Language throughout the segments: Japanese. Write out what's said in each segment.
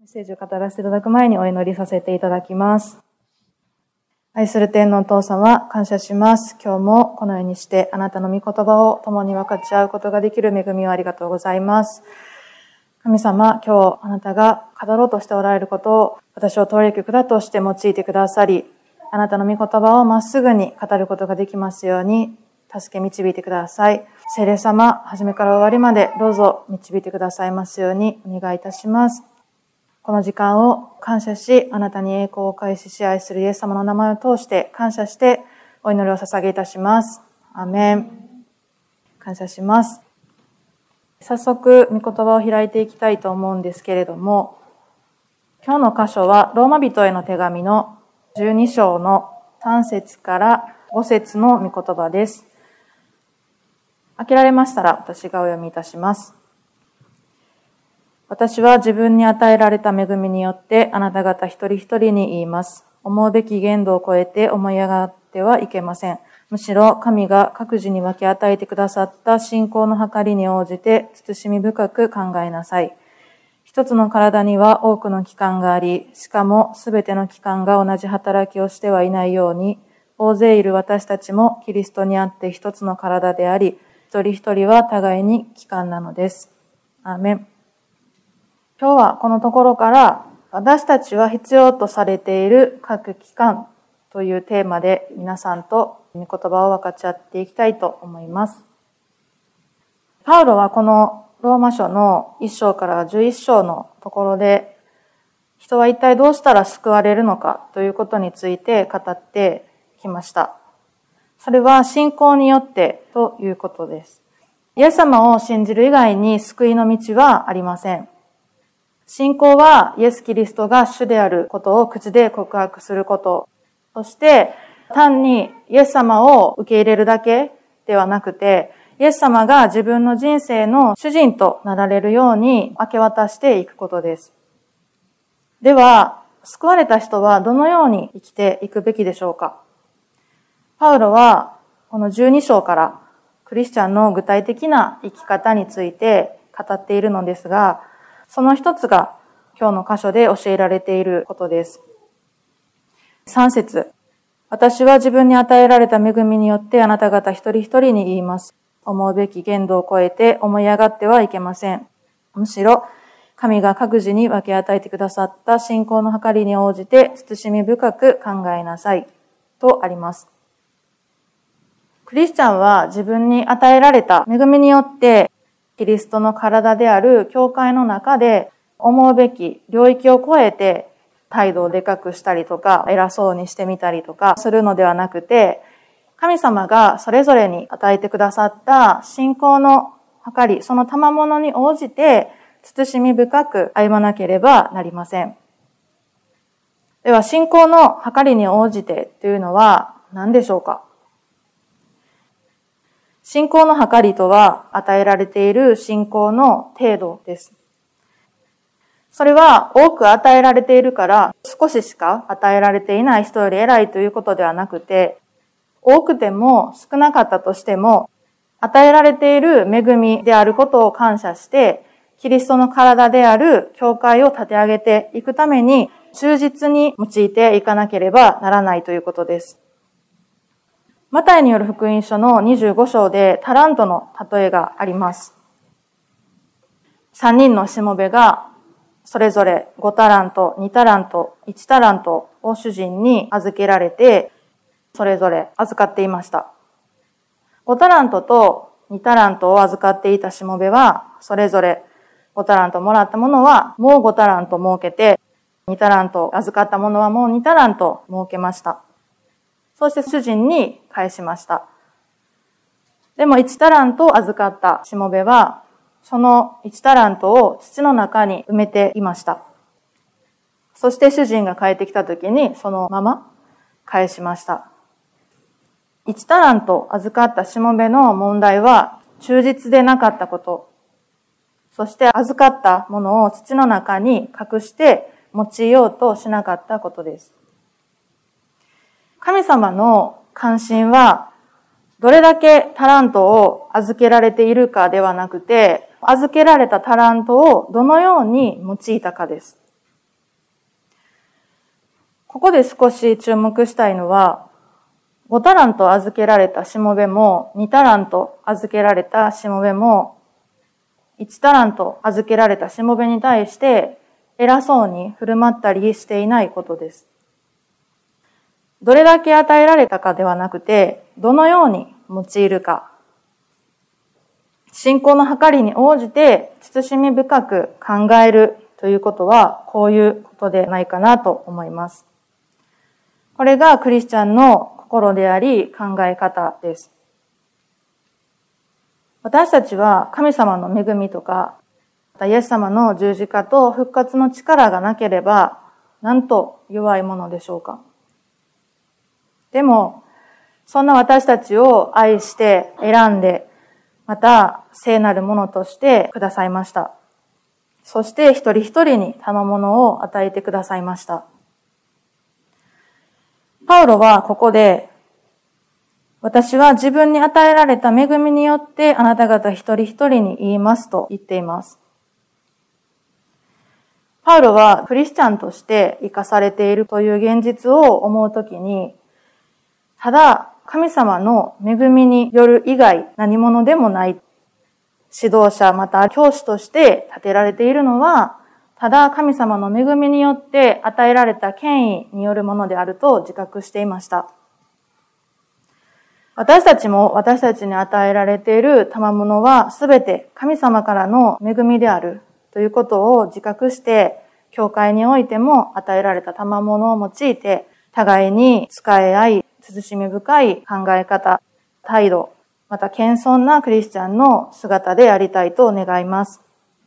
メッセージを語らせていただく前にお祈りさせていただきます。愛する天のお父様、感謝します。今日もこのようにしてあなたの御言葉を共に分かち合うことができる恵みをありがとうございます。神様、今日あなたが語ろうとしておられることを私を通り曲だとして用いてくださり、あなたの御言葉をまっすぐに語ることができますように助け導いてください。聖霊様、初めから終わりまでどうぞ導いてくださいますようにお願いいたします。この時間を感謝し、あなたに栄光を返し支配するイエス様の名前を通して感謝してお祈りを捧げいたします。アーメン。感謝します。早速、御言葉を開いていきたいと思うんですけれども、今日の箇所はローマ人への手紙の12章の3節から5節の御言葉です。開けられましたら私がお読みいたします。私は自分に与えられた恵みによってあなた方一人一人に言います。思うべき限度を超えて思い上がってはいけません。むしろ神が各自に分け与えてくださった信仰の計りに応じて慎み深く考えなさい。一つの体には多くの器官があり、しかもすべての器官が同じ働きをしてはいないように、大勢いる私たちもキリストにあって一つの体であり、一人一人は互いに器官なのです。アーメン。今日はこのところから私たちは必要とされている各器官というテーマで皆さんと御言葉を分かち合っていきたいと思います。パウロはこのローマ書の1章から11章のところで人は一体どうしたら救われるのかということについて語ってきました。それは信仰によってということです。イエス様を信じる以外に救いの道はありません。信仰はイエス・キリストが主であることを口で告白すること。そして単にイエス様を受け入れるだけではなくて、イエス様が自分の人生の主人となられるように明け渡していくことです。では、救われた人はどのように生きていくべきでしょうか。パウロはこの12章からクリスチャンの具体的な生き方について語っているのですが、その一つが今日の箇所で教えられていることです。3節。私は自分に与えられた恵みによってあなた方一人一人に言います。思うべき限度を超えて思い上がってはいけません。むしろ神が各自に分け与えてくださった信仰の計りに応じて慎み深く考えなさいとあります。クリスチャンは自分に与えられた恵みによってキリストの体である教会の中で思うべき領域を超えて態度をでかくしたりとか偉そうにしてみたりとかするのではなくて、神様がそれぞれに与えてくださった信仰の計り、その賜物に応じて慎み深く歩まなければなりません。では信仰の計りに応じてというのは何でしょうか。信仰の計りとは与えられている信仰の程度です。それは多く与えられているから少ししか与えられていない人より偉いということではなくて、多くても少なかったとしても与えられている恵みであることを感謝してキリストの体である教会を立て上げていくために忠実に用いていかなければならないということです。マタイによる福音書の25章でタラントの例えがあります。3人のしもべがそれぞれ5タラント、2タラント、1タラントを主人に預けられて、それぞれ預かっていました。5タラントと2タラントを預かっていたしもべは、それぞれ5タラントもらったものはもう5タラント儲けて、2タラント預かったものはもう2タラント儲けました。そして主人に返しました。でも1タラントを預かったしもべは、その1タラントを土の中に埋めていました。そして主人が帰ってきた時にそのまま返しました。1タラント預かったしもべの問題は忠実でなかったこと。そして預かったものを土の中に隠して用いようとしなかったことです。神様の関心はどれだけタラントを預けられているかではなくて、預けられたタラントをどのように用いたかです。 ここで少し注目したいのは、5タラント預けられたしもべも、2タラント預けられたしもべも、1タラント預けられたしもべに対して偉そうに振る舞ったりしていないことです。どれだけ与えられたかではなくて、どのように用いるか。信仰の計りに応じて慎み深く考えるということは、こういうことでないかなと思います。これがクリスチャンの心であり考え方です。私たちは神様の恵みとか、イエス様の十字架と復活の力がなければ、なんと弱いものでしょうか。でも、そんな私たちを愛して選んで、また聖なるものとしてくださいました。そして一人一人に賜物を与えてくださいました。パウロはここで、私は自分に与えられた恵みによってあなた方一人一人に言いますと言っています。パウロはクリスチャンとして生かされているという現実を思うときに、ただ神様の恵みによる以外何者でもない指導者また教師として立てられているのは、ただ神様の恵みによって与えられた権威によるものであると自覚していました。私たちも私たちに与えられている賜物はすべて神様からの恵みであるということを自覚して、教会においても与えられた賜物を用いて互いに仕え合い、慎み深い考え方、態度、また謙遜なクリスチャンの姿でありたいと願います。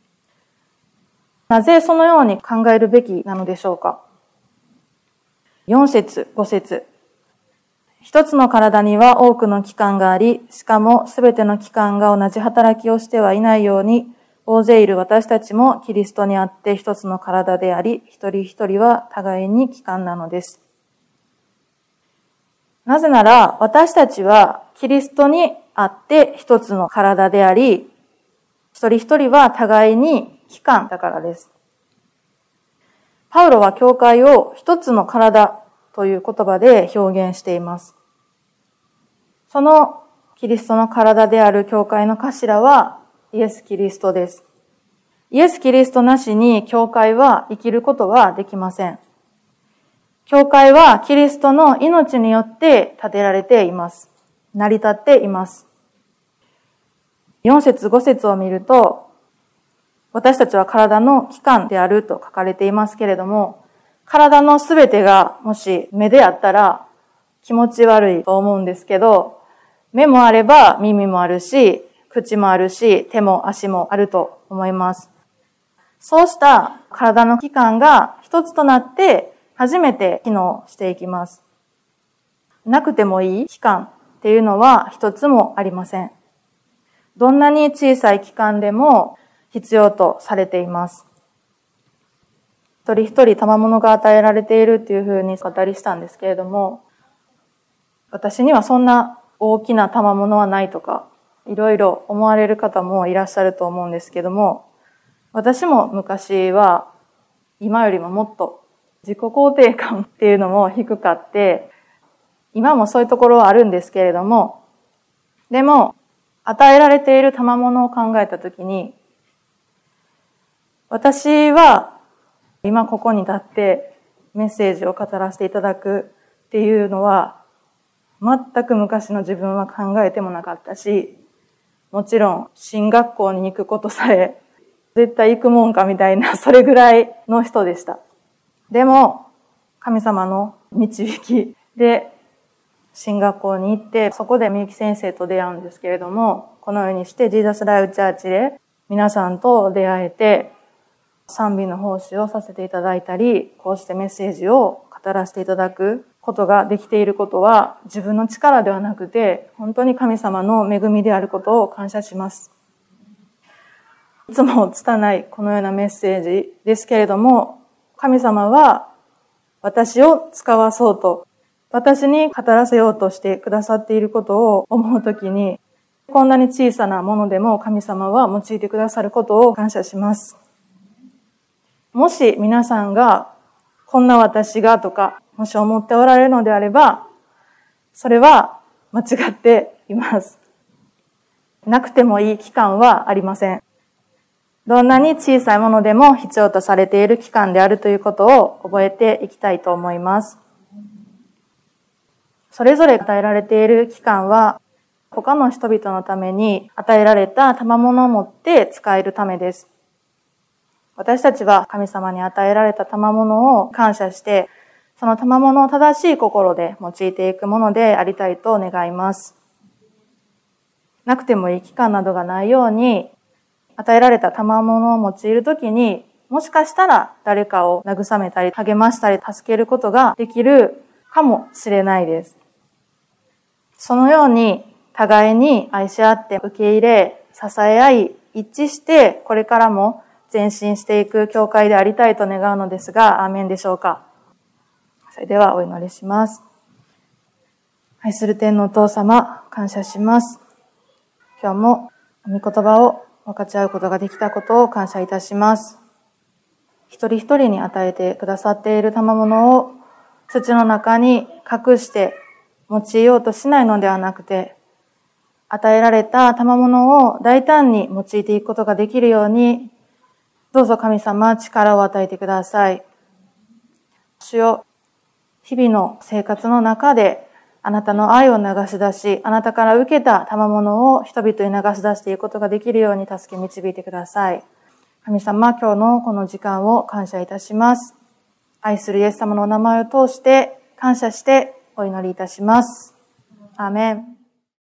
なぜそのように考えるべきなのでしょうか。4節、5節。一つの体には多くの器官があり、しかもすべての器官が同じ働きをしてはいないように、大勢いる私たちもキリストにあって一つの体であり、一人一人は互いに器官なのです。なぜなら、私たちはキリストにあって一つの体であり、一人一人は互いに器官だからです。パウロは教会を一つの体という言葉で表現しています。そのキリストの体である教会の頭はイエス・キリストです。イエス・キリストなしに教会は生きることはできません。教会はキリストの命によって建てられています。成り立っています。4節5節を見ると、私たちは体の器官であると書かれていますけれども、体のすべてがもし目であったら気持ち悪いと思うんですけど、目もあれば耳もあるし、口もあるし、手も足もあると思います。そうした体の器官が一つとなって初めて機能していきます。なくてもいい器官っていうのは一つもありません。どんなに小さい器官でも必要とされています。一人一人賜物が与えられているっていうふうに語りしたんですけれども、私にはそんな大きな賜物はないとか、いろいろ思われる方もいらっしゃると思うんですけども、私も昔は今よりももっと自己肯定感っていうのも低かって、今もそういうところはあるんですけれども、でも与えられている賜物を考えたときに、私は今ここに立ってメッセージを語らせていただくっていうのは、全く昔の自分は考えてもなかったし、もちろん進学校に行くことさえ絶対行くもんかみたいな、それぐらいの人でした。でも神様の導きで進学校に行って、そこでみゆき先生と出会うんですけれども、このようにしてジーザスライブチャーチで皆さんと出会えて、賛美の奉仕をさせていただいたり、こうしてメッセージを語らせていただくことができていることは、自分の力ではなくて、本当に神様の恵みであることを感謝します。いつも拙いこのようなメッセージですけれども、神様は私を使わそうと、私に語らせようとしてくださっていることを思うときに、こんなに小さなものでも神様は用いてくださることを感謝します。もし皆さんが、こんな私がとか、 もし思っておられるのであれば、それは間違っています。なくてもいい期間はありません。どんなに小さいものでも必要とされている期間であるということを覚えていきたいと思います。それぞれ与えられている期間は、他の人々のために与えられた賜物を持って使えるためです。私たちは神様に与えられた賜物を感謝して、その賜物を正しい心で用いていくものでありたいと願います。なくてもいい期間などがないように、与えられた賜物を用いるときに、もしかしたら誰かを慰めたり、励ましたり、助けることができるかもしれないです。そのように、互いに愛し合って受け入れ、支え合い、一致して、これからも前進していく教会でありたいと願うのですが、アーメンでしょうか。それではお祈りします。愛する天のお父様、感謝します。今日も御言葉を分かち合うことができたことを感謝いたします。一人一人に与えてくださっている賜物を土の中に隠して用いようとしないのではなくて、与えられた賜物を大胆に用いていくことができるように、どうぞ神様力を与えてください。主よ、日々の生活の中であなたの愛を流し出し、あなたから受けた賜物を人々に流し出していくことができるように助け導いてください。神様、今日のこの時間を感謝いたします。愛するイエス様のお名前を通して感謝してお祈りいたします。アーメン。